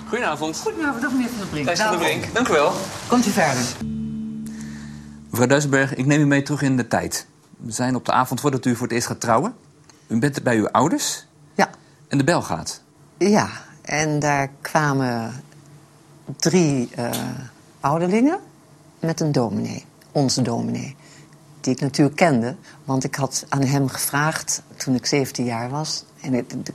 Goedenavond. Goedenavond, dag meneer Van der Brink. Thijs van der Brink, dank u wel. Komt u verder. Mevrouw Duisenberg, ik neem u mee terug in de tijd. We zijn op de avond voordat u voor het eerst gaat trouwen. U bent bij uw ouders. Ja. En de bel gaat. Ja, en daar kwamen 3 ouderlingen met een dominee. Onze dominee. Die ik natuurlijk kende. Want ik had aan hem gevraagd toen ik 17 jaar was. En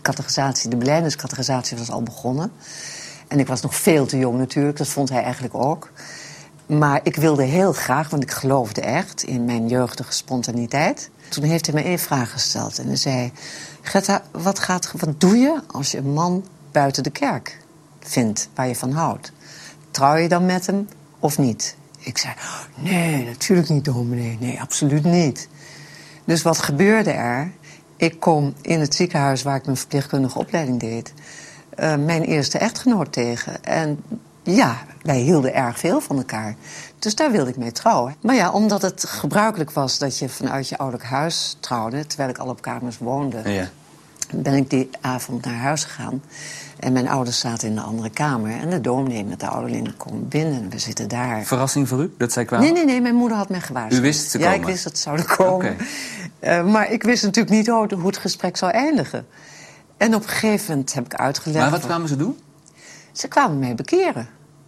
de belijdeniscatechisatie was al begonnen. En ik was nog veel te jong natuurlijk, dat vond hij eigenlijk ook. Maar ik wilde heel graag, want ik geloofde echt in mijn jeugdige spontaniteit. Toen heeft hij me 1 vraag gesteld. En hij zei, Greta, wat doe je als je een man buiten de kerk vindt waar je van houdt? Trouw je dan met hem of niet? Ik zei, nee, natuurlijk niet, dominee. Nee, absoluut niet. Dus wat gebeurde er? Ik kom in het ziekenhuis waar ik mijn verpleegkundige opleiding deed mijn eerste echtgenoot tegen. En ja, wij hielden erg veel van elkaar. Dus daar wilde ik mee trouwen. Maar ja, omdat het gebruikelijk was dat je vanuit je ouderlijk huis trouwde, terwijl ik al op kamers woonde, Ja. ben ik die avond naar huis gegaan. En mijn ouders zaten in de andere kamer. En de dominee met de ouderlingen komen binnen. En we zitten daar. Verrassing voor u, dat zij kwamen? Nee, mijn moeder had mij gewaarschuwd. U wist ze komen? Ja, ik wist dat ze zouden komen. Okay. Maar ik wist natuurlijk niet hoe het gesprek zou eindigen. En op een gegeven moment heb ik uitgelegd. Maar wat kwamen ze doen? Ze kwamen mij bekeren.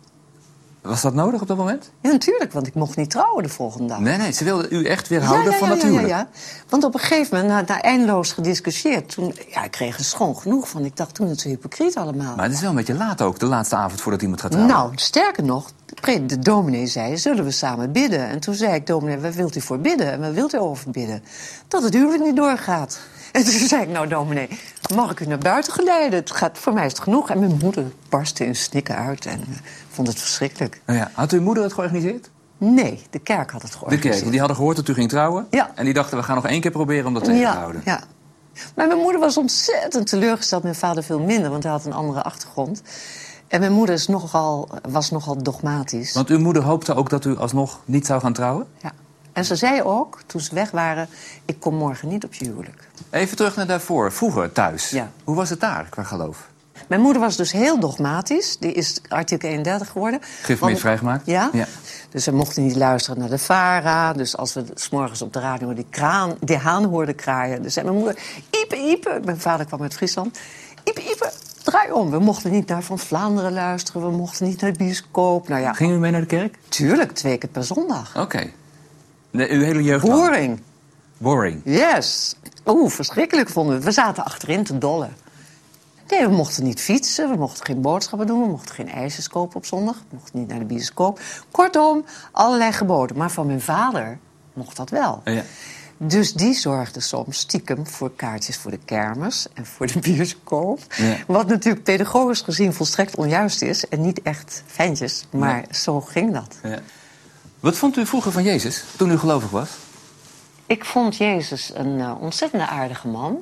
Was dat nodig op dat moment? Ja, natuurlijk, want ik mocht niet trouwen de volgende dag. Nee, ze wilden u echt weerhouden van natuurlijk. Ja. Want op een gegeven moment, na eindeloos gediscussieerd, toen, ik kreeg er schoon genoeg van. Ik dacht, toen het zo hypocriet allemaal. Maar het is wel een beetje laat ook, de laatste avond voordat iemand gaat trouwen. Nou, sterker nog, de dominee zei, zullen we samen bidden? En toen zei ik, dominee, waar wilt u voor bidden? En waar wilt u over bidden? Dat het huwelijk niet doorgaat. En toen zei ik, nou dominee, mag ik u naar buiten geleiden? Voor mij is het genoeg. En mijn moeder barstte in snikken uit en vond het verschrikkelijk. Oh ja. Had uw moeder het georganiseerd? Nee, de kerk had het georganiseerd. De kerk, want die hadden gehoord dat u ging trouwen. Ja. En die dachten, we gaan nog 1 keer proberen om dat tegen te houden. Ja. Maar mijn moeder was ontzettend teleurgesteld. Mijn vader veel minder, want hij had een andere achtergrond. En mijn moeder was nogal dogmatisch. Want uw moeder hoopte ook dat u alsnog niet zou gaan trouwen? Ja. En ze zei ook, toen ze weg waren, ik kom morgen niet op je huwelijk. Even terug naar daarvoor, vroeger thuis. Ja. Hoe was het daar qua geloof? Mijn moeder was dus heel dogmatisch. Die is artikel 31 geworden. Geïnformeerd vrijgemaakt? Ja. Dus we mochten niet luisteren naar de VARA. Dus als we 's morgens op de radio die haan hoorden kraaien, dan zei mijn moeder, Ipe, Ipe. Mijn vader kwam uit Friesland. Ipe, Ipe, draai om. We mochten niet naar Van Vlaanderen luisteren. We mochten niet naar de bioscoop. Nou ja. Ging u mee naar de kerk? Tuurlijk, 2 keer per zondag. Oké. Uw hele jeugd lang? Boring. Boring? Yes. Verschrikkelijk vonden we het. We zaten achterin te dollen. Nee, we mochten niet fietsen, we mochten geen boodschappen doen, we mochten geen ijsjes kopen op zondag, we mochten niet naar de bioscoop. Kortom, allerlei geboden. Maar van mijn vader mocht dat wel. Ja. Dus die zorgde soms stiekem voor kaartjes voor de kermis en voor de bioscoop. Ja. Wat natuurlijk pedagogisch gezien volstrekt onjuist is en niet echt fijntjes, maar zo ging dat. Ja. Wat vond u vroeger van Jezus, toen u gelovig was? Ik vond Jezus een ontzettend aardige man.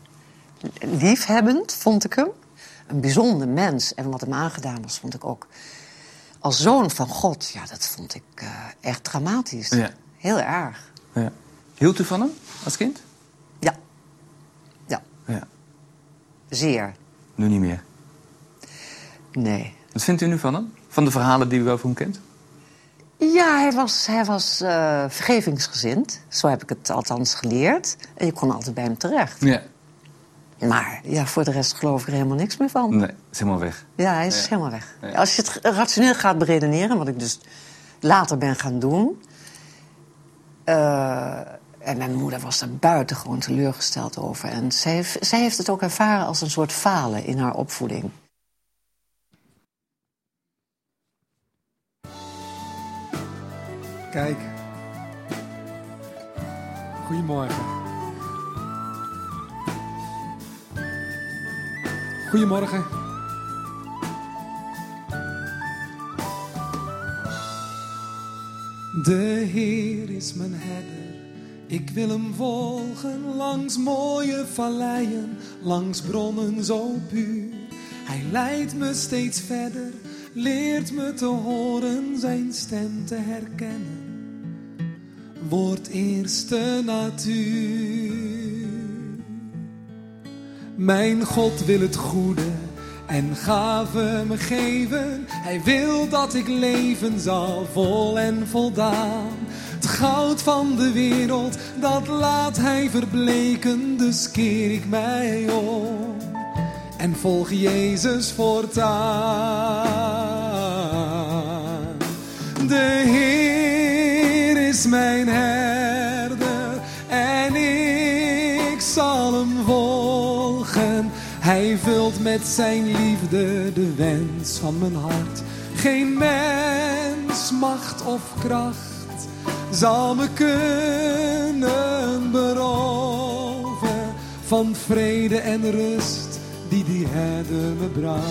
Liefhebbend vond ik hem. Een bijzonder mens. En wat hem aangedaan was, vond ik ook als zoon van God. Ja, dat vond ik echt dramatisch. Ja. Heel erg. Ja. Hield u van hem als kind? Ja. Ja. Zeer. Nu niet meer. Nee. Wat vindt u nu van hem? Van de verhalen die u over hem kent? Ja, hij was vergevingsgezind. Zo heb ik het althans geleerd. En je kon altijd bij hem terecht. Ja. Maar ja, voor de rest geloof ik er helemaal niks meer van. Nee, is helemaal weg. Ja, hij is helemaal weg. Ja. Als je het rationeel gaat beredeneren, wat ik dus later ben gaan doen. En mijn moeder was daar buitengewoon teleurgesteld over. En zij heeft het ook ervaren als een soort falen in haar opvoeding. Kijk. Goedemorgen. Goedemorgen. De Heer is mijn herder. Ik wil hem volgen langs mooie valleien, langs bronnen zo puur. Hij leidt me steeds verder, leert me te horen, zijn stem te herkennen. Wordt eerste natuur. Mijn God wil het goede en gaven me geven. Hij wil dat ik leven zal, vol en voldaan. Het goud van de wereld, dat laat hij verbleken. Dus keer ik mij om en volg Jezus voortaan. De Heer is mijn herder en ik zal hem volgen. Hij vult met zijn liefde de wens van mijn hart. Geen mens, macht of kracht zal me kunnen beroven van vrede en rust die herder me bracht.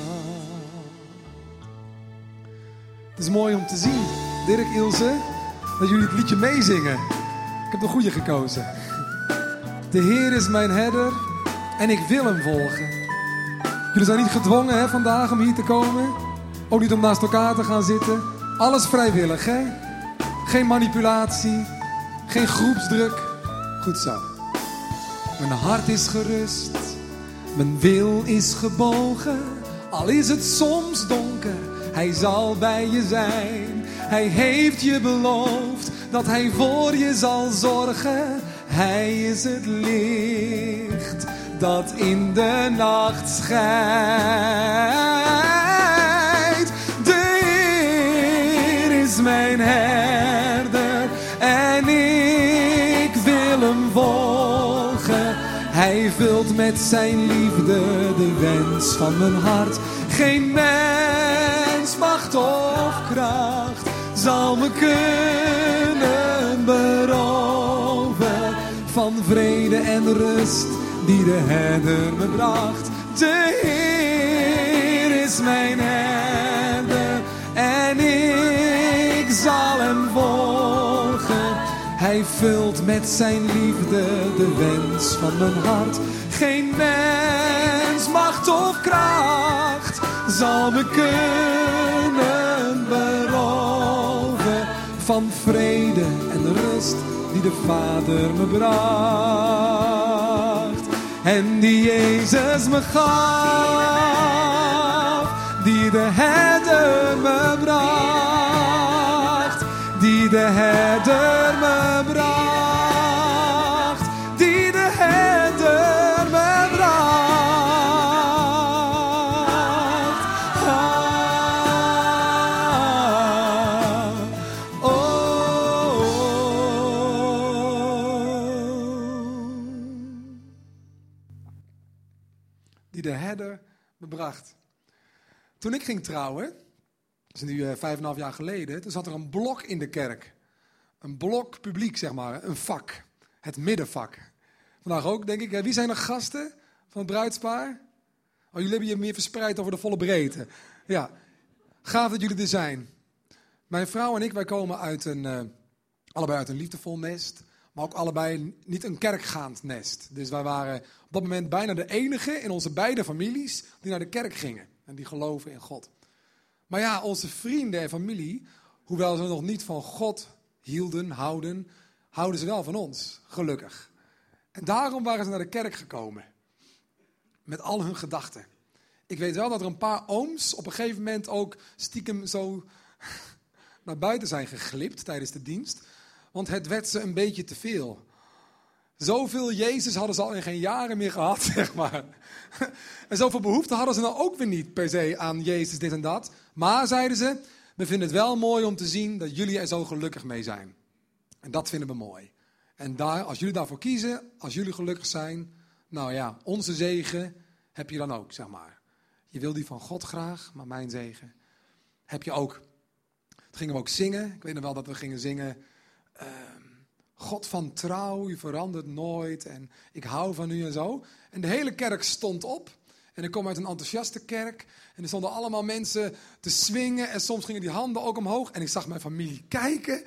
Het is mooi om te zien, Dirk, Ilse, dat jullie het liedje meezingen. Ik heb de goede gekozen. De Heer is mijn herder en ik wil hem volgen. Jullie zijn niet gedwongen vandaag om hier te komen. Ook niet om naast elkaar te gaan zitten. Alles vrijwillig, hè? Geen manipulatie, geen groepsdruk. Goed zo. Mijn hart is gerust, mijn wil is gebogen. Al is het soms donker, hij zal bij je zijn. Hij heeft je beloofd dat hij voor je zal zorgen. Hij is het licht dat in de nacht schijnt. De Heer is mijn herder en ik wil hem volgen. Hij vult met zijn liefde de wens van mijn hart. Geen mens, macht of kracht zal me kunnen beroven van vrede en rust die de herder me bracht. De Heer is mijn herder en ik zal hem volgen. Hij vult met zijn liefde de wens van mijn hart. Geen mens, macht of kracht zal me kunnen beroven van vrede en rust die de Vader me bracht. En die Jezus me gaf, die de herder me bracht, die de herder me bracht, die de herder me bracht. Die de herder me bracht. Toen ik ging trouwen, dat is nu 5,5 jaar geleden, toen zat er een blok in de kerk. Een blok publiek, zeg maar, een vak. Het middenvak. Vandaag ook, denk ik. Wie zijn er gasten van het bruidspaar? Oh, jullie hebben je meer verspreid over de volle breedte. Ja, gaaf dat jullie er zijn. Mijn vrouw en ik, wij komen allebei uit een liefdevol nest. Maar ook allebei niet een kerkgaand nest. Dus wij waren op dat moment bijna de enige in onze beide families die naar de kerk gingen. En die geloven in God. Maar ja, onze vrienden en familie, hoewel ze nog niet van God houden ze wel van ons, gelukkig. En daarom waren ze naar de kerk gekomen. Met al hun gedachten. Ik weet wel dat er een paar ooms op een gegeven moment ook stiekem zo naar buiten zijn geglipt tijdens de dienst. Want het werd ze een beetje te veel. Zoveel Jezus hadden ze al in geen jaren meer gehad, zeg maar. En zoveel behoefte hadden ze nou ook weer niet per se aan Jezus, dit en dat. Maar, zeiden ze, we vinden het wel mooi om te zien dat jullie er zo gelukkig mee zijn. En dat vinden we mooi. En als jullie daarvoor kiezen, als jullie gelukkig zijn, nou ja, onze zegen heb je dan ook, zeg maar. Je wil die van God graag, maar mijn zegen heb je ook. Toen gingen we ook zingen. Ik weet nog wel dat we gingen zingen. God van trouw, u verandert nooit en ik hou van u en zo. En de hele kerk stond op. En ik kom uit een enthousiaste kerk. En er stonden allemaal mensen te swingen. En soms gingen die handen ook omhoog. En ik zag mijn familie kijken.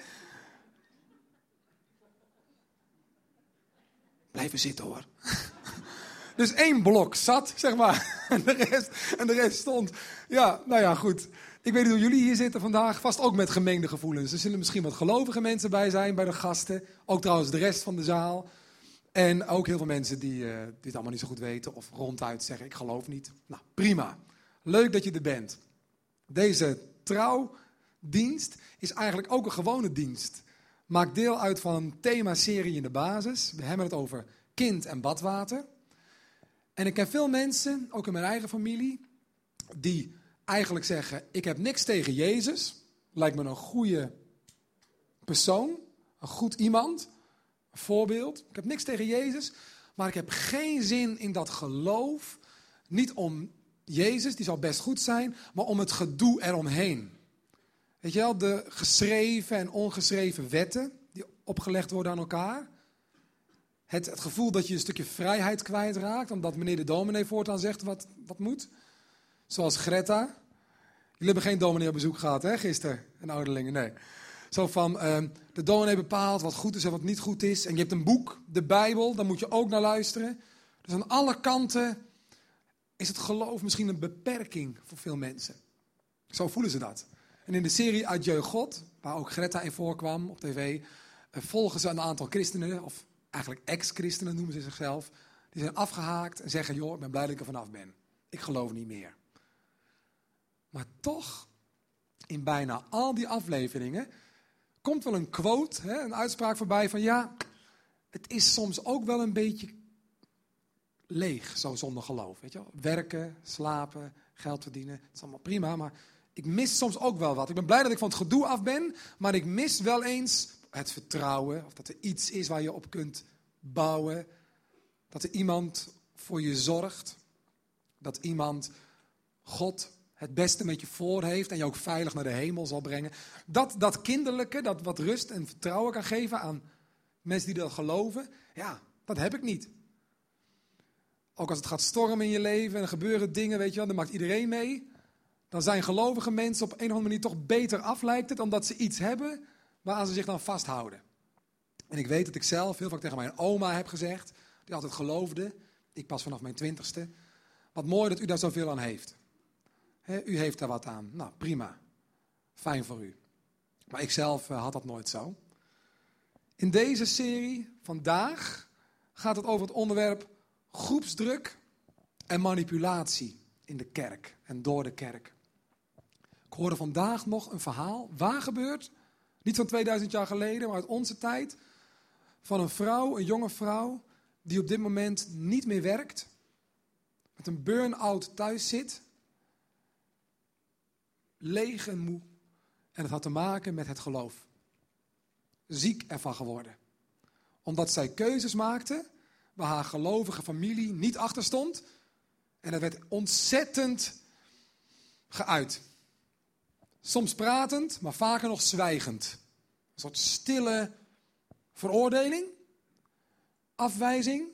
Blijven zitten hoor. Dus 1 blok zat, zeg maar. En de rest stond. Ja, nou ja, goed. Ik weet niet hoe jullie hier zitten vandaag. Vast ook met gemengde gevoelens. Er zullen misschien wat gelovige mensen bij zijn, bij de gasten. Ook trouwens de rest van de zaal. En ook heel veel mensen die het allemaal niet zo goed weten. Of ronduit zeggen, ik geloof niet. Nou, prima. Leuk dat je er bent. Deze trouwdienst is eigenlijk ook een gewone dienst. Maakt deel uit van een themaserie in de basis. We hebben het over kind en badwater. En ik ken veel mensen, ook in mijn eigen familie, die eigenlijk zeggen, ik heb niks tegen Jezus. Lijkt me een goede persoon, een goed iemand, een voorbeeld. Ik heb niks tegen Jezus, maar ik heb geen zin in dat geloof. Niet om Jezus, die zal best goed zijn, maar om het gedoe eromheen. Weet je wel, de geschreven en ongeschreven wetten die opgelegd worden aan elkaar. Het gevoel dat je een stukje vrijheid kwijtraakt, omdat meneer de dominee voortaan zegt wat moet. Zoals Greta. Jullie hebben geen dominee op bezoek gehad, hè, gisteren, en ouderlingen, nee. Zo van, de dominee bepaalt wat goed is en wat niet goed is. En je hebt een boek, de Bijbel, daar moet je ook naar luisteren. Dus aan alle kanten is het geloof misschien een beperking voor veel mensen. Zo voelen ze dat. En in de serie Adieu God, waar ook Greta in voorkwam op tv, volgen ze een aantal christenen, of eigenlijk ex-christenen noemen ze zichzelf, die zijn afgehaakt en zeggen, joh, ik ben blij dat ik er vanaf ben. Ik geloof niet meer. Maar toch, in bijna al die afleveringen, komt wel een quote, een uitspraak voorbij van, ja, het is soms ook wel een beetje leeg, zo zonder geloof. Weet je wel? Werken, slapen, geld verdienen, het is allemaal prima, maar ik mis soms ook wel wat. Ik ben blij dat ik van het gedoe af ben, maar ik mis wel eens het vertrouwen, of dat er iets is waar je op kunt bouwen, dat er iemand voor je zorgt, dat iemand, God, het beste met je voor heeft en je ook veilig naar de hemel zal brengen. Dat kinderlijke, dat wat rust en vertrouwen kan geven aan mensen die dat geloven, ja, dat heb ik niet. Ook als het gaat stormen in je leven en er gebeuren dingen, weet je wel, dan maakt iedereen mee. Dan zijn gelovige mensen op een of andere manier toch beter af, lijkt het, omdat ze iets hebben waaraan ze zich dan vasthouden. En ik weet dat ik zelf heel vaak tegen mijn oma heb gezegd, die altijd geloofde, ik pas vanaf mijn 20ste, wat mooi dat u daar zoveel aan heeft. U heeft daar wat aan. Nou, prima. Fijn voor u. Maar ik zelf had dat nooit zo. In deze serie vandaag gaat het over het onderwerp groepsdruk en manipulatie in de kerk en door de kerk. Ik hoorde vandaag nog een verhaal, waar gebeurt, niet van 2000 jaar geleden, maar uit onze tijd, van een vrouw, een jonge vrouw, die op dit moment niet meer werkt, met een burn-out thuis zit, leeg en moe. En het had te maken met het geloof. Ziek ervan geworden. Omdat zij keuzes maakte waar haar gelovige familie niet achter stond. En dat werd ontzettend geuit. Soms pratend, maar vaker nog zwijgend. Een soort stille veroordeling, afwijzing.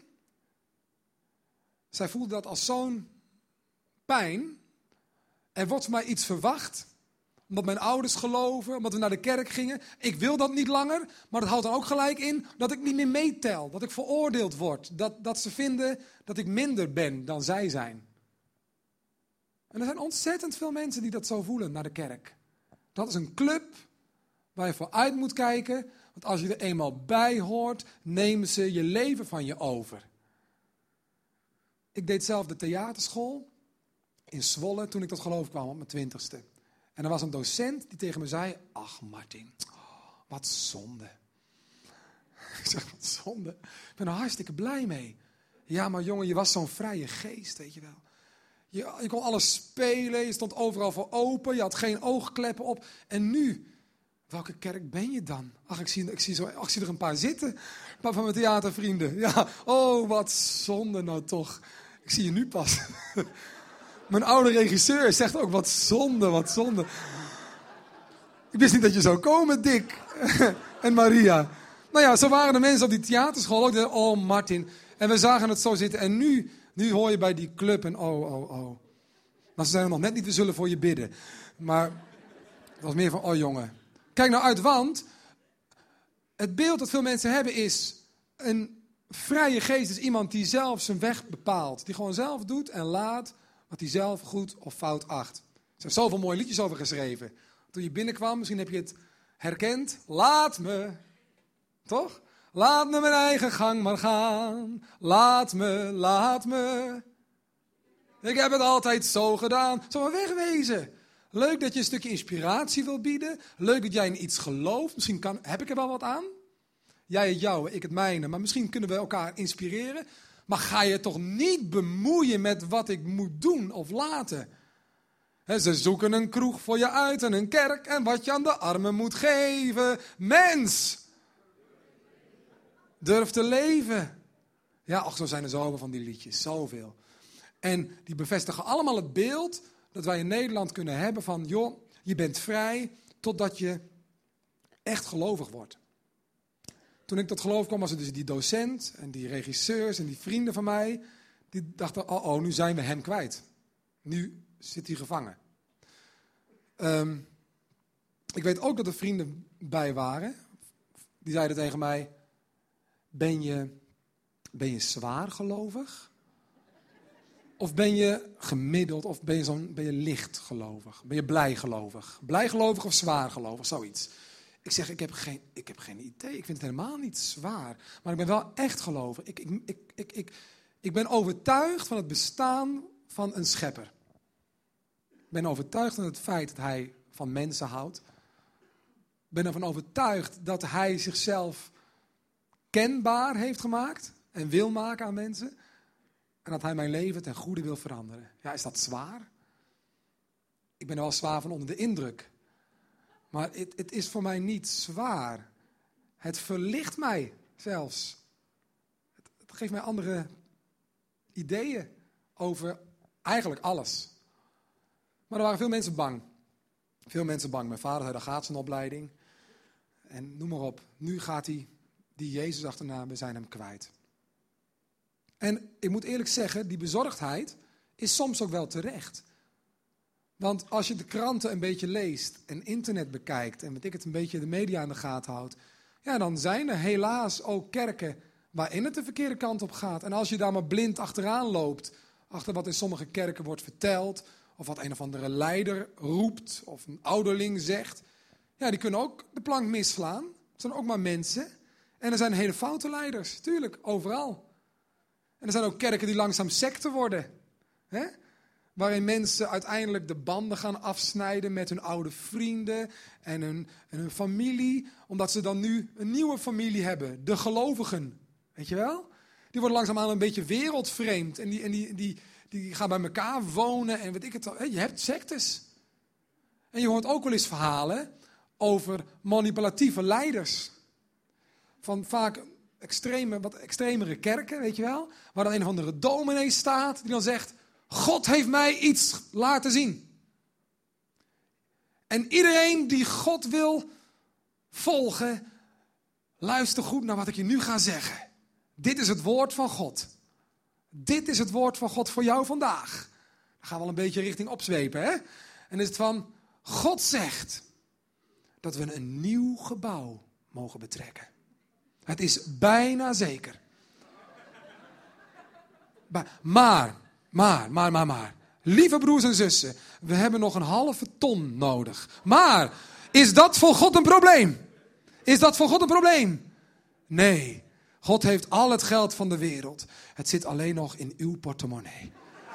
Zij voelde dat als zo'n pijn. Er wordt van mij iets verwacht, omdat mijn ouders geloven, omdat we naar de kerk gingen. Ik wil dat niet langer, maar dat houdt dan ook gelijk in dat ik niet meer meetel. Dat ik veroordeeld word. Dat ze vinden dat ik minder ben dan zij zijn. En er zijn ontzettend veel mensen die dat zo voelen naar de kerk. Dat is een club waar je voor uit moet kijken. Want als je er eenmaal bij hoort, nemen ze je leven van je over. Ik deed zelf de theaterschool in Zwolle toen ik tot geloof kwam op mijn 20ste. En er was een docent die tegen me zei, ach Martin, wat zonde. Ik zeg, wat zonde? Ik ben er hartstikke blij mee. Ja, maar jongen, je was zo'n vrije geest, weet je wel. Je kon alles spelen, je stond overal voor open, je had geen oogkleppen op. En nu, welke kerk ben je dan? Ach, ik zie er een paar zitten, een paar van mijn theatervrienden. Ja, oh, wat zonde nou toch. Ik zie je nu pas. Mijn oude regisseur zegt ook, wat zonde, wat zonde. Ik wist niet dat je zou komen, Dick en Maria. Nou ja, zo waren de mensen op die theaterschool ook. Oh, Martin. En we zagen het zo zitten. En nu hoor je bij die club en oh. Maar ze zijn er nog net niet, we zullen voor je bidden. Maar het was meer van, oh jongen. Kijk nou uit, want het beeld dat veel mensen hebben is een vrije geest. Is iemand die zelf zijn weg bepaalt. Die gewoon zelf doet en laat wat hij zelf goed of fout acht. Er zijn zoveel mooie liedjes over geschreven. Toen je binnenkwam, misschien heb je het herkend. Laat me, toch? Laat me mijn eigen gang maar gaan. Laat me. Ik heb het altijd zo gedaan. Zal maar wegwezen. Leuk dat je een stukje inspiratie wil bieden. Leuk dat jij in iets gelooft. Misschien heb ik er wel wat aan. Jij het jouwe, ik het mijne. Maar misschien kunnen we elkaar inspireren. Maar ga je toch niet bemoeien met wat ik moet doen of laten. Ze zoeken een kroeg voor je uit en een kerk en wat je aan de armen moet geven. Mens! Durf te leven. Ja, ach, zo zijn er zoveel van die liedjes. Zoveel. En die bevestigen allemaal het beeld dat wij in Nederland kunnen hebben van, joh, je bent vrij totdat je echt gelovig wordt. Toen ik tot geloof kwam, was er dus die docent en die regisseurs en die vrienden van mij. Die dachten, oh, nu zijn we hem kwijt. Nu zit hij gevangen. Ik weet ook dat er vrienden bij waren. Die zeiden tegen mij, ben je zwaar gelovig? Of ben je gemiddeld, of ben je licht gelovig? Ben je blij gelovig? Blij gelovig of zwaar gelovig, zoiets. Ik zeg, ik heb geen idee. Ik vind het helemaal niet zwaar. Maar ik ben wel echt gelovig. Ik ben overtuigd van het bestaan van een schepper. Ik ben overtuigd van het feit dat hij van mensen houdt. Ik ben ervan overtuigd dat hij zichzelf kenbaar heeft gemaakt en wil maken aan mensen. En dat hij mijn leven ten goede wil veranderen. Ja, is dat zwaar? Ik ben er wel zwaar van onder de indruk. Maar het is voor mij niet zwaar. Het verlicht mij zelfs. Het geeft mij andere ideeën over eigenlijk alles. Maar er waren veel mensen bang. Veel mensen bang. Mijn vader zei, daar gaat zijn opleiding. En noem maar op. Nu gaat hij die Jezus achterna, we zijn hem kwijt. En ik moet eerlijk zeggen, die bezorgdheid is soms ook wel terecht. Want als je de kranten een beetje leest en internet bekijkt en een beetje de media aan de gaten houdt, ja, dan zijn er helaas ook kerken waarin het de verkeerde kant op gaat. En als je daar maar blind achteraan loopt, achter wat in sommige kerken wordt verteld, of wat een of andere leider roept, of een ouderling zegt, ja, die kunnen ook de plank misslaan. Het zijn ook maar mensen. En er zijn hele foute leiders, tuurlijk, overal. En er zijn ook kerken die langzaam secten worden. Hè? Waarin mensen uiteindelijk de banden gaan afsnijden met hun oude vrienden en hun familie. Omdat ze dan nu een nieuwe familie hebben. De gelovigen. Weet je wel? Die worden langzaamaan een beetje wereldvreemd. En die gaan bij elkaar wonen en weet ik het al. Je hebt sectes. En je hoort ook wel eens verhalen over manipulatieve leiders. Van vaak wat extremere kerken, weet je wel. Waar dan een of andere dominee staat die dan zegt, God heeft mij iets laten zien. En iedereen die God wil volgen, luister goed naar wat ik je nu ga zeggen. Dit is het woord van God. Dit is het woord van God voor jou vandaag. Dan gaan we al een beetje richting opzwepen, hè? En dan is het van, God zegt dat we een nieuw gebouw mogen betrekken. Het is bijna zeker. Maar. Lieve broers en zussen, we hebben nog 1/2 ton nodig. Maar, is dat voor God een probleem? Is dat voor God een probleem? Nee, God heeft al het geld van de wereld. Het zit alleen nog in uw portemonnee.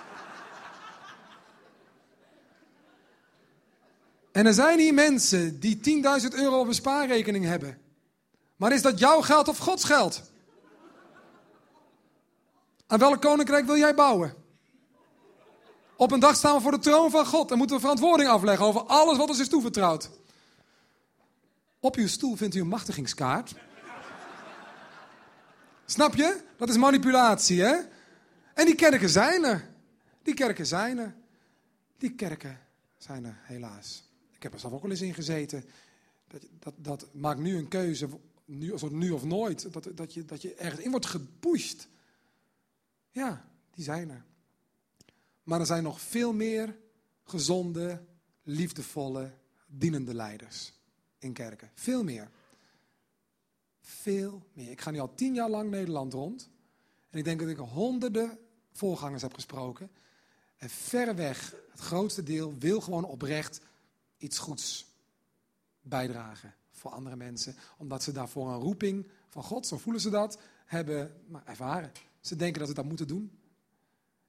En er zijn hier mensen die 10.000 euro op een spaarrekening hebben. Maar is dat jouw geld of Gods geld? Aan welk koninkrijk wil jij bouwen? Op een dag staan we voor de troon van God en moeten we verantwoording afleggen over alles wat ons is toevertrouwd. Op uw stoel vindt u een machtigingskaart. Snap je? Dat is manipulatie, hè? En die kerken zijn er. Die kerken zijn er, helaas. Ik heb er zelf ook wel eens in gezeten. Dat maakt nu een keuze, nu of nooit. Dat je ergens in wordt gepusht. Ja, die zijn er. Maar er zijn nog veel meer gezonde, liefdevolle, dienende leiders in kerken. Veel meer. Veel meer. Ik ga nu al 10 jaar lang Nederland rond. En ik denk dat ik honderden voorgangers heb gesproken. En verreweg, het grootste deel wil gewoon oprecht iets goeds bijdragen voor andere mensen. Omdat ze daarvoor een roeping van God, zo voelen ze dat, hebben ervaren. Ze denken dat ze dat moeten doen.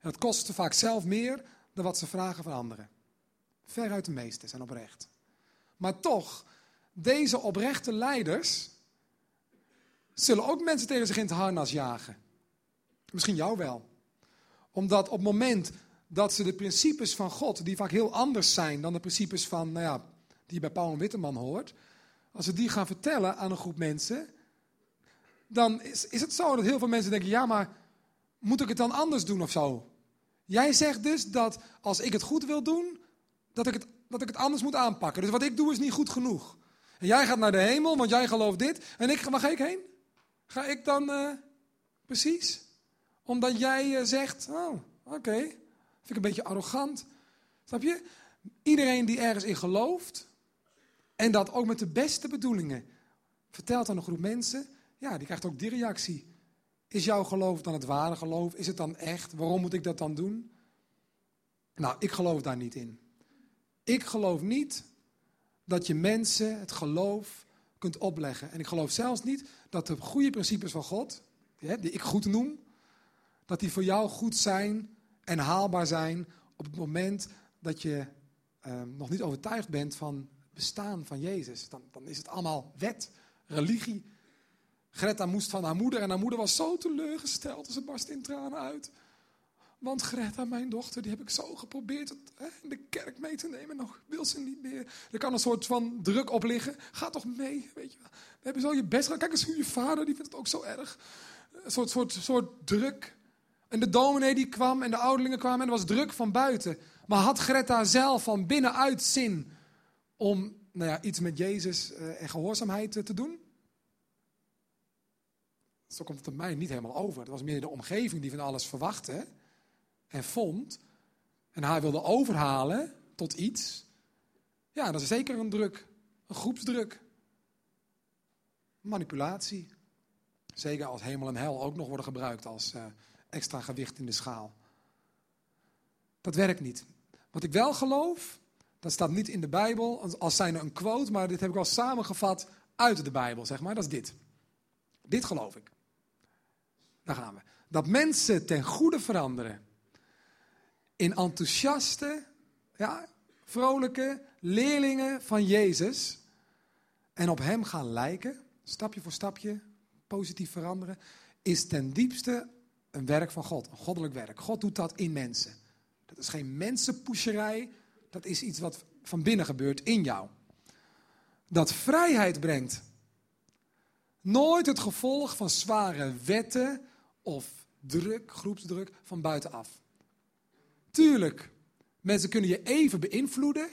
Dat kost ze vaak zelf meer dan wat ze vragen van anderen. Veruit de meeste zijn oprecht. Maar toch, deze oprechte leiders zullen ook mensen tegen zich in het harnas jagen. Misschien jou wel. Omdat op het moment dat ze de principes van God, die vaak heel anders zijn dan de principes van, die je bij Paul en Witteman hoort, als ze die gaan vertellen aan een groep mensen, dan is het zo dat heel veel mensen denken, ja, maar moet ik het dan anders doen of zo? Jij zegt dus dat als ik het goed wil doen, dat ik het anders moet aanpakken. Dus wat ik doe is niet goed genoeg. En jij gaat naar de hemel, want jij gelooft dit. En waar ga ik heen? Ga ik dan precies? Omdat jij zegt, oké, vind ik een beetje arrogant. Snap je? Iedereen die ergens in gelooft, en dat ook met de beste bedoelingen, vertelt aan een groep mensen, ja, die krijgt ook die reactie. Is jouw geloof dan het ware geloof? Is het dan echt? Waarom moet ik dat dan doen? Nou, ik geloof daar niet in. Ik geloof niet dat je mensen het geloof kunt opleggen. En ik geloof zelfs niet dat de goede principes van God, die ik goed noem, dat die voor jou goed zijn en haalbaar zijn op het moment dat je nog niet overtuigd bent van het bestaan van Jezus. Dan is het allemaal wet, religie. Greta moest van haar moeder en haar moeder was zo teleurgesteld. Ze barstte in tranen uit. Want Greta, mijn dochter, die heb ik zo geprobeerd in de kerk mee te nemen. Nog wil ze niet meer. Er kan een soort van druk op liggen. Ga toch mee, weet je wel. We hebben zo je best gedaan. Kijk eens hoe je vader, die vindt het ook zo erg. Een soort druk. En de dominee die kwam en de ouderlingen kwamen en er was druk van buiten. Maar had Greta zelf van binnenuit zin om iets met Jezus en gehoorzaamheid te doen? Zo komt het op mij niet helemaal over. Het was meer de omgeving die van alles verwachtte en vond. En haar wilde overhalen tot iets. Ja, dat is zeker een druk. Een groepsdruk. Manipulatie. Zeker als hemel en hel ook nog worden gebruikt als extra gewicht in de schaal. Dat werkt niet. Wat ik wel geloof, dat staat niet in de Bijbel als zijnde een quote, maar dit heb ik wel samengevat uit de Bijbel, zeg maar. Dat is dit. Dit geloof ik. Daar gaan we. Dat mensen ten goede veranderen. In enthousiaste, vrolijke leerlingen van Jezus. En op hem gaan lijken, stapje voor stapje, positief veranderen. Is ten diepste een werk van God. Een goddelijk werk. God doet dat in mensen. Dat is geen mensenpusherij. Dat is iets wat van binnen gebeurt in jou. Dat vrijheid brengt. Nooit het gevolg van zware wetten of druk, groepsdruk van buitenaf. Tuurlijk, mensen kunnen je even beïnvloeden.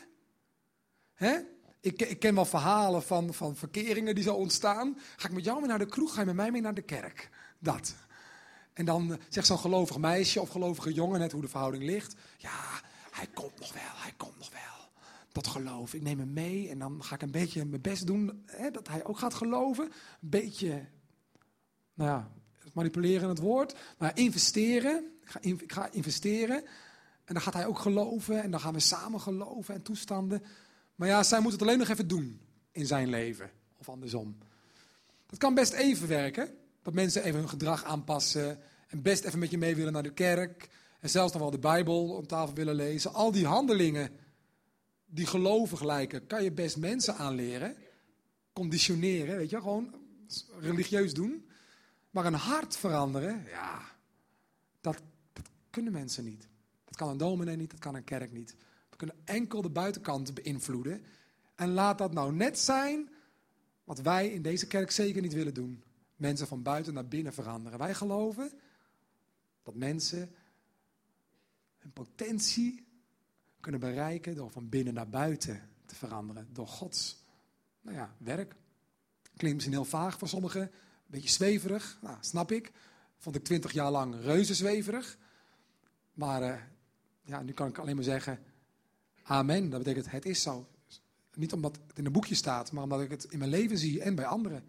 Ik ken wel verhalen van verkeringen die zo ontstaan. Ga ik met jou mee naar de kroeg, ga je met mij mee naar de kerk? Dat. En dan zegt zo'n gelovig meisje of gelovige jongen, net hoe de verhouding ligt. Ja, hij komt nog wel. Dat geloof, ik neem hem mee en dan ga ik een beetje mijn best doen, dat hij ook gaat geloven. Een beetje, manipuleren het woord, maar investeren. Ik ga investeren en dan gaat hij ook geloven en dan gaan we samen geloven en toestanden. Maar ja, zij moet het alleen nog even doen in zijn leven of andersom. Dat kan best even werken, dat mensen even hun gedrag aanpassen en best even met je mee willen naar de kerk en zelfs nog wel de Bijbel om tafel willen lezen. Al die handelingen die gelovig lijken, kan je best mensen aanleren. Conditioneren, weet je, gewoon religieus doen. Maar een hart veranderen, dat kunnen mensen niet. Dat kan een dominee niet, dat kan een kerk niet. We kunnen enkel de buitenkant beïnvloeden. En laat dat nou net zijn wat wij in deze kerk zeker niet willen doen. Mensen van buiten naar binnen veranderen. Wij geloven dat mensen hun potentie kunnen bereiken door van binnen naar buiten te veranderen. Door Gods werk. Klinkt misschien heel vaag voor sommigen. Een beetje zweverig. Nou, snap ik. Vond ik 20 jaar lang reuze zweverig. Maar nu kan ik alleen maar zeggen, amen. Dat betekent het is zo. Niet omdat het in een boekje staat, maar omdat ik het in mijn leven zie en bij anderen.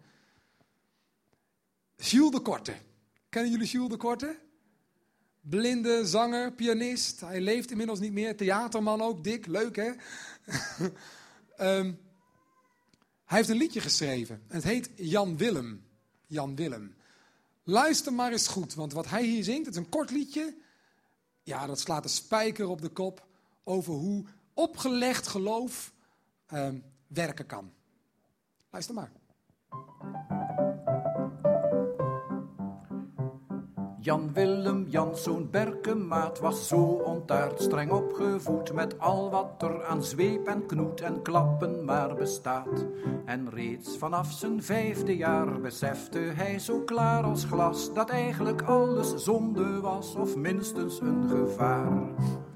Jules de Korte. Kennen jullie Jules de Korte? Blinde zanger, pianist. Hij leeft inmiddels niet meer. Theaterman ook, dik, leuk hè? Hij heeft een liedje geschreven. En het heet Jan Willem. Jan Willem. Luister maar eens goed, want wat hij hier zingt, het is een kort liedje. Ja, dat slaat een spijker op de kop over hoe opgelegd geloof werken kan. Luister maar. Jan Willem Janszoon Berkemaat was zo ontaard, streng opgevoed met al wat er aan zweep en knoet en klappen maar bestaat. En reeds vanaf zijn 5e jaar besefte hij zo klaar als glas dat eigenlijk alles zonde was of minstens een gevaar.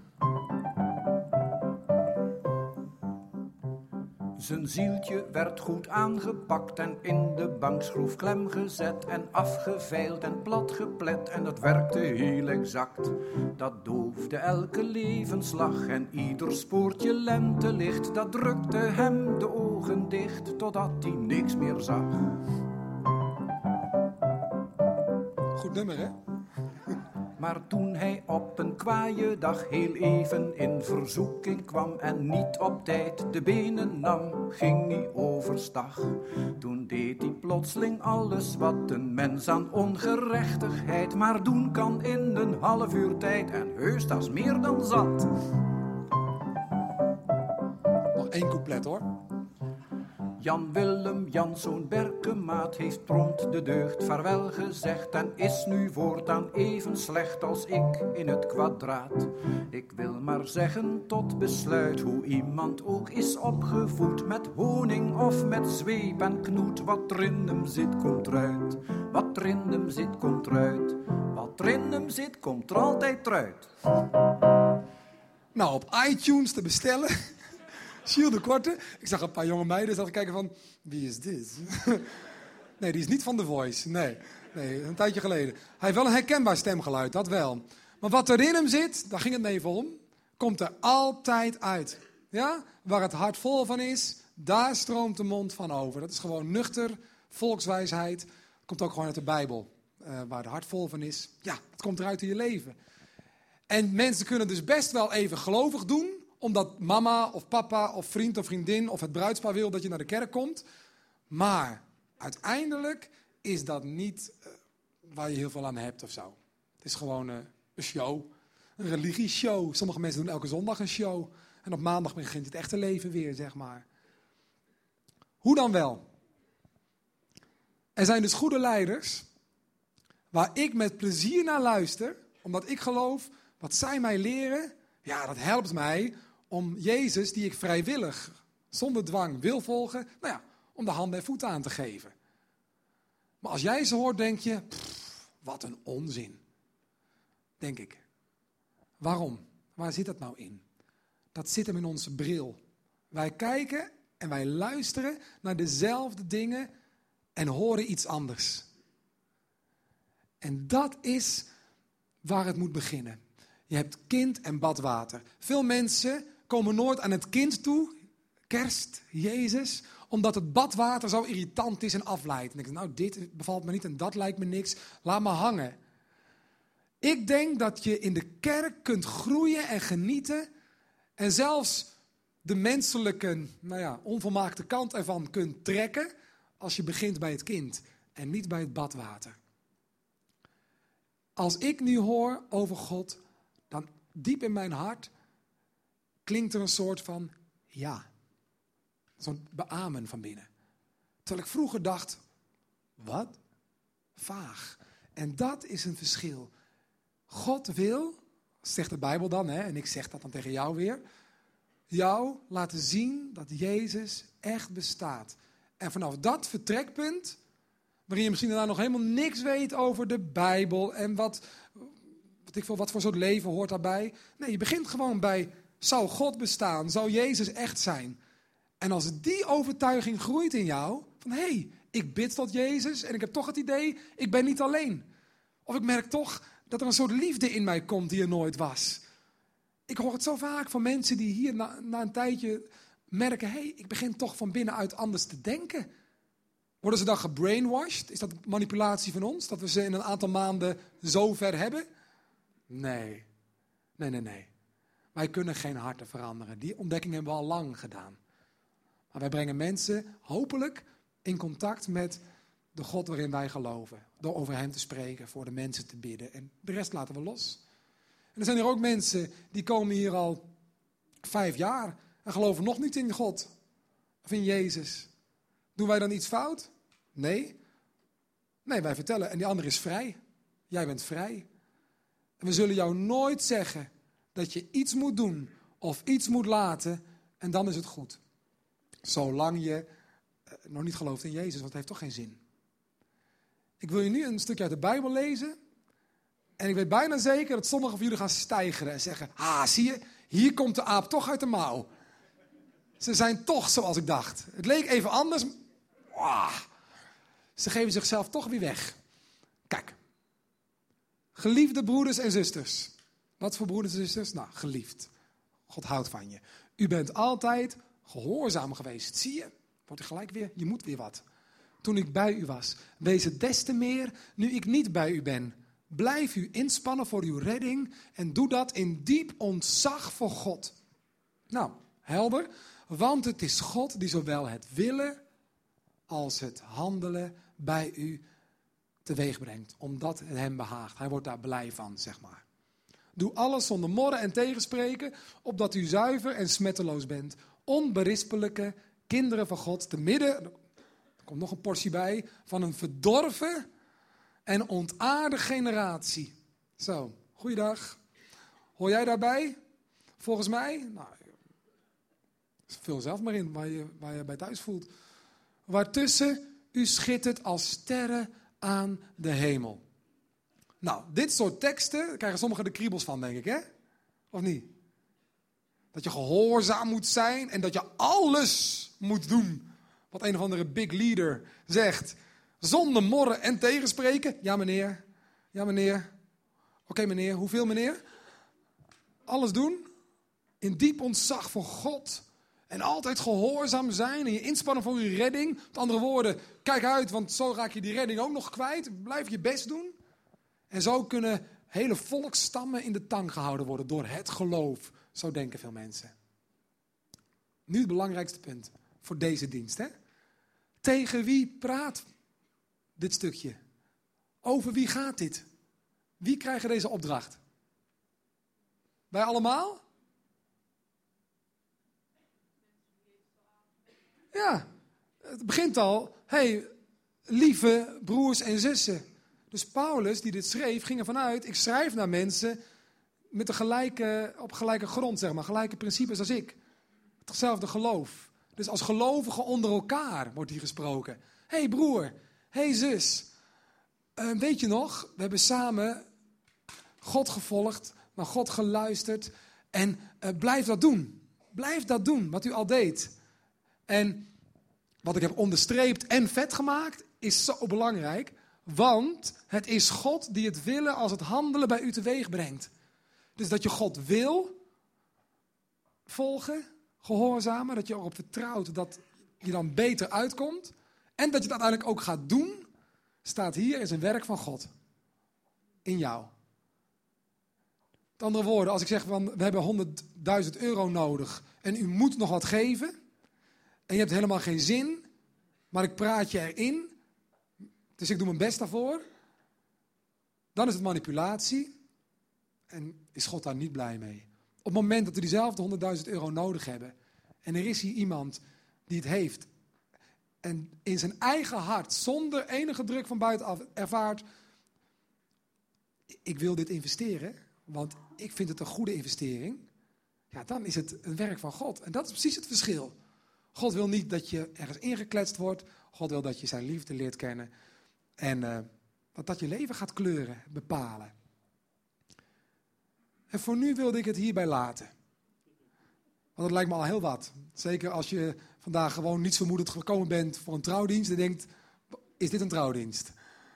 Zijn zieltje werd goed aangepakt en in de bankschroef klem gezet en afgeveild en platgeplet en dat werkte heel exact. Dat doofde elke levensslag en ieder spoortje lentelicht, dat drukte hem de ogen dicht totdat hij niks meer zag. Goed nummer, hè? Maar toen hij op een kwaaie dag heel even in verzoeking kwam en niet op tijd de benen nam, ging hij overstag. Toen deed hij plotseling alles wat een mens aan ongerechtigheid maar doen kan in een half uur tijd en heus dat is meer dan zat. Nog 1 couplet, hoor. Jan Willem Janszoon Berkemaat heeft prompt de deugd vaarwel gezegd en is nu voortaan even slecht als ik in het kwadraat. Ik wil maar zeggen tot besluit hoe iemand ook is opgevoed, met honing of met zweep en knoet. Wat er in hem zit komt eruit, wat er in hem zit komt eruit, wat er in hem zit komt er altijd eruit. Nou, op iTunes te bestellen. Gilles de Korte. Ik zag een paar jonge meiden zat kijken van, wie is dit? Nee, die is niet van The Voice. Nee, een tijdje geleden. Hij heeft wel een herkenbaar stemgeluid, dat wel. Maar wat er in hem zit, daar ging het even om, komt er altijd uit. Ja? Waar het hart vol van is, daar stroomt de mond van over. Dat is gewoon nuchter, volkswijsheid. Komt ook gewoon uit de Bijbel. Waar het hart vol van is, ja, het komt eruit in je leven. En mensen kunnen dus best wel even gelovig doen, omdat mama of papa of vriend of vriendin of het bruidspaar wil dat je naar de kerk komt. Maar uiteindelijk is dat niet waar je heel veel aan hebt of zo. Het is gewoon een show, een religieshow. Sommige mensen doen elke zondag een show. En op maandag begint het echte leven weer, zeg maar. Hoe dan wel? Er zijn dus goede leiders waar ik met plezier naar luister, omdat ik geloof wat zij mij leren. Ja, dat helpt mij om Jezus, die ik vrijwillig, zonder dwang wil volgen, nou ja, om de handen en voeten aan te geven. Maar als jij ze hoort, denk je, wat een onzin. Denk ik. Waarom? Waar zit dat nou in? Dat zit hem in onze bril. Wij kijken en wij luisteren naar dezelfde dingen en horen iets anders. En dat is waar het moet beginnen. Je hebt kind en badwater. Veel mensen komen nooit aan het kind toe, kerst, Jezus, omdat het badwater zo irritant is en afleidt. En ik denk, nou, dit bevalt me niet en dat lijkt me niks, laat me hangen. Ik denk dat je in de kerk kunt groeien en genieten en zelfs de menselijke, onvolmaakte kant ervan kunt trekken als je begint bij het kind en niet bij het badwater. Als ik nu hoor over God, dan diep in mijn hart klinkt er een soort van ja. Zo'n beamen van binnen. Terwijl ik vroeger dacht, wat? Vaag. En dat is een verschil. God wil, zegt de Bijbel dan, en ik zeg dat dan tegen jou weer, jou laten zien dat Jezus echt bestaat. En vanaf dat vertrekpunt, waarin je misschien daarna nog helemaal niks weet over de Bijbel en wat voor soort leven hoort daarbij. Nee, je begint gewoon bij, zou God bestaan? Zou Jezus echt zijn? En als die overtuiging groeit in jou, van hé, ik bid tot Jezus en ik heb toch het idee, ik ben niet alleen. Of ik merk toch dat er een soort liefde in mij komt die er nooit was. Ik hoor het zo vaak van mensen die hier na een tijdje merken, hé, ik begin toch van binnenuit anders te denken. Worden ze dan gebrainwashed? Is dat manipulatie van ons? Dat we ze in een aantal maanden zo ver hebben? Nee. Wij kunnen geen harten veranderen. Die ontdekking hebben we al lang gedaan. Maar wij brengen mensen hopelijk in contact met de God waarin wij geloven. Door over hem te spreken, voor de mensen te bidden. En de rest laten we los. er zijn hier ook mensen die komen hier al 5 jaar en geloven nog niet in God of in Jezus. Doen wij dan iets fout? Nee. Nee, wij vertellen. En die ander is vrij. Jij bent vrij. En we zullen jou nooit zeggen dat je iets moet doen of iets moet laten en dan is het goed. Zolang je nog niet gelooft in Jezus, want het heeft toch geen zin. Ik wil je nu een stukje uit de Bijbel lezen. En ik weet bijna zeker dat sommigen van jullie gaan steigeren en zeggen, zie je, hier komt de aap toch uit de mouw. Ze zijn toch zoals ik dacht. Het leek even anders. Ze geven zichzelf toch weer weg. Kijk. Geliefde broeders en zusters. Wat voor broeders en zusters? Nou, geliefd. God houdt van je. U bent altijd gehoorzaam geweest. Zie je? Wordt er gelijk weer, je moet weer wat. Toen ik bij u was. Wees het des te meer nu ik niet bij u ben. Blijf u inspannen voor uw redding en doe dat in diep ontzag voor God. Nou, helder. Want het is God die zowel het willen als het handelen bij u teweeg brengt. Omdat het hem behaagt. Hij wordt daar blij van, zeg maar. Doe alles zonder morren en tegenspreken, opdat u zuiver en smetteloos bent. Onberispelijke kinderen van God, te midden, er komt nog een portie bij, van een verdorven en ontaarde generatie. Zo, goeiedag. Hoor jij daarbij? Volgens mij? Nou, vul zelf maar in waar je bij thuis voelt. Waartussen u schittert als sterren aan de hemel. Nou, dit soort teksten, daar krijgen sommigen de kriebels van, denk ik, hè? Of niet? Dat je gehoorzaam moet zijn en dat je alles moet doen wat een of andere big leader zegt. Zonder morren en tegenspreken. Ja, meneer. Ja, meneer. Oké, meneer. Hoeveel, meneer? Alles doen. In diep ontzag voor God. En altijd gehoorzaam zijn en je inspannen voor je redding. Met andere woorden, kijk uit, want zo raak je die redding ook nog kwijt. Blijf je best doen. En zo kunnen hele volksstammen in de tang gehouden worden door het geloof. Zo denken veel mensen. Nu het belangrijkste punt voor deze dienst. Hè? Tegen wie praat dit stukje? Over wie gaat dit? Wie krijgen deze opdracht? Wij allemaal? Ja, het begint al. Hey, lieve broers en zussen. Dus Paulus, die dit schreef, ging ervan uit, ik schrijf naar mensen met op gelijke grond, zeg maar, gelijke principes als ik. Hetzelfde geloof. Dus als gelovigen onder elkaar wordt hier gesproken. Hey broer, hey zus, weet je nog, we hebben samen God gevolgd, naar God geluisterd en blijf dat doen. Blijf dat doen, wat u al deed. En wat ik heb onderstreept en vet gemaakt, is zo belangrijk. Want het is God die het willen als het handelen bij u teweeg brengt. Dus dat je God wil volgen, gehoorzamen. Dat je erop vertrouwt dat je dan beter uitkomt. En dat je het uiteindelijk ook gaat doen. Staat hier, is een werk van God. In jou. Met andere woorden, als ik zeg van we hebben 100.000 euro nodig. En u moet nog wat geven. En je hebt helemaal geen zin. Maar ik praat je erin. Dus ik doe mijn best daarvoor. Dan is het manipulatie. En is God daar niet blij mee. Op het moment dat we diezelfde 100.000 euro nodig hebben. En er is hier iemand die het heeft. En in zijn eigen hart, zonder enige druk van buitenaf, ervaart. Ik wil dit investeren. Want ik vind het een goede investering. Ja, dan is het een werk van God. En dat is precies het verschil. God wil niet dat je ergens ingekletst wordt. God wil dat je zijn liefde leert kennen. En dat je leven gaat kleuren, bepalen. En voor nu wilde ik het hierbij laten. Want dat lijkt me al heel wat. Zeker als je vandaag gewoon niet vermoedend gekomen bent voor een trouwdienst. En denkt, is dit een trouwdienst?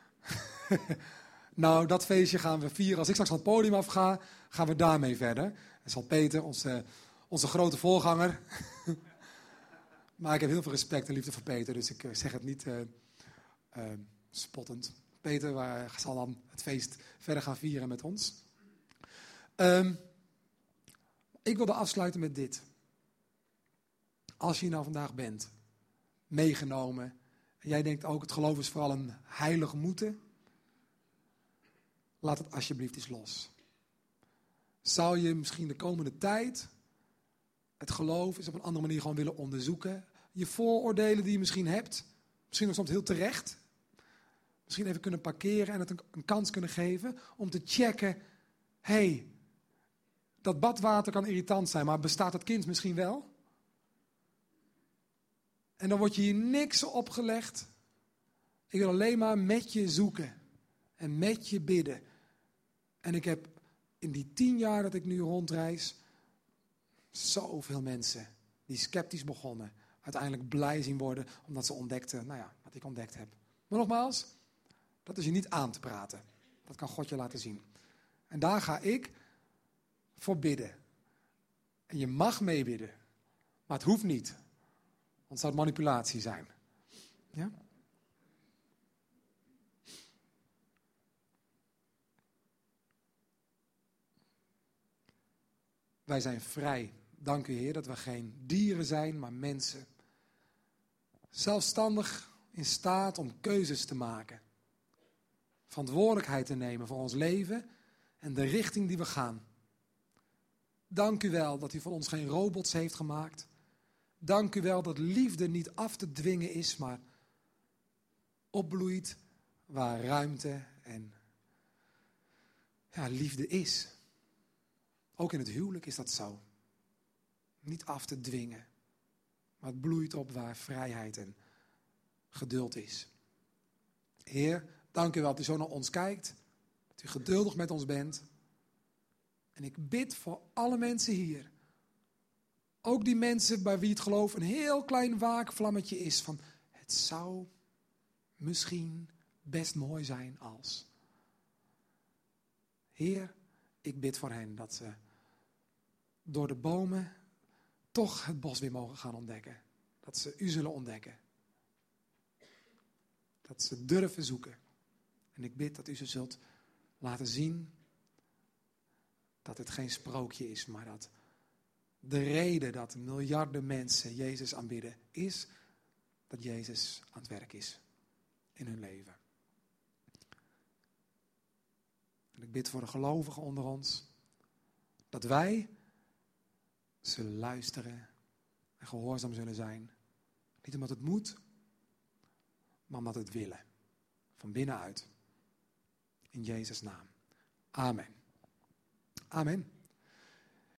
Nou, dat feestje gaan we vieren. Als ik straks van het podium afga, gaan we daarmee verder. En zal Peter, onze grote voorganger. Maar ik heb heel veel respect en liefde voor Peter. Dus ik zeg het niet spottend. Peter zal dan het feest verder gaan vieren met ons. Ik wilde afsluiten met dit. Als je hier nou vandaag bent, meegenomen. En jij denkt ook, het geloof is vooral een heilig moeten. Laat het alsjeblieft eens los. Zou je misschien de komende tijd het geloof eens op een andere manier gewoon willen onderzoeken? Je vooroordelen die je misschien hebt, misschien nog soms heel terecht. Misschien even kunnen parkeren en het een kans kunnen geven om te checken. Hé, dat badwater kan irritant zijn, maar bestaat het kind misschien wel? En dan wordt je hier niks opgelegd. Ik wil alleen maar met je zoeken en met je bidden. En ik heb in die 10 jaar dat ik nu rondreis zoveel mensen die sceptisch begonnen, uiteindelijk blij zien worden omdat ze ontdekten, wat ik ontdekt heb. Maar nogmaals, dat is je niet aan te praten. Dat kan God je laten zien. En daar ga ik voor bidden. En je mag meebidden, maar het hoeft niet. Want het zou manipulatie zijn. Ja? Wij zijn vrij. Dank u, Heer, dat we geen dieren zijn, maar mensen. Zelfstandig in staat om keuzes te maken. Verantwoordelijkheid te nemen voor ons leven en de richting die we gaan. Dank u wel dat u van ons geen robots heeft gemaakt. Dank u wel dat liefde niet af te dwingen is, maar opbloeit waar ruimte en liefde is. Ook in het huwelijk is dat zo. Niet af te dwingen, maar het bloeit op waar vrijheid en geduld is. Heer, dank u wel dat u zo naar ons kijkt, dat u geduldig met ons bent. En ik bid voor alle mensen hier. Ook die mensen bij wie het geloof een heel klein waakvlammetje is van het zou misschien best mooi zijn als. Heer, ik bid voor hen dat ze door de bomen toch het bos weer mogen gaan ontdekken. Dat ze u zullen ontdekken. Dat ze durven zoeken. En ik bid dat u ze zult laten zien dat het geen sprookje is, maar dat de reden dat miljarden mensen Jezus aanbidden is dat Jezus aan het werk is in hun leven. En ik bid voor de gelovigen onder ons dat wij zullen luisteren en gehoorzaam zullen zijn. Niet omdat het moet, maar omdat het willen. Van binnenuit. In Jezus' naam. Amen. Amen.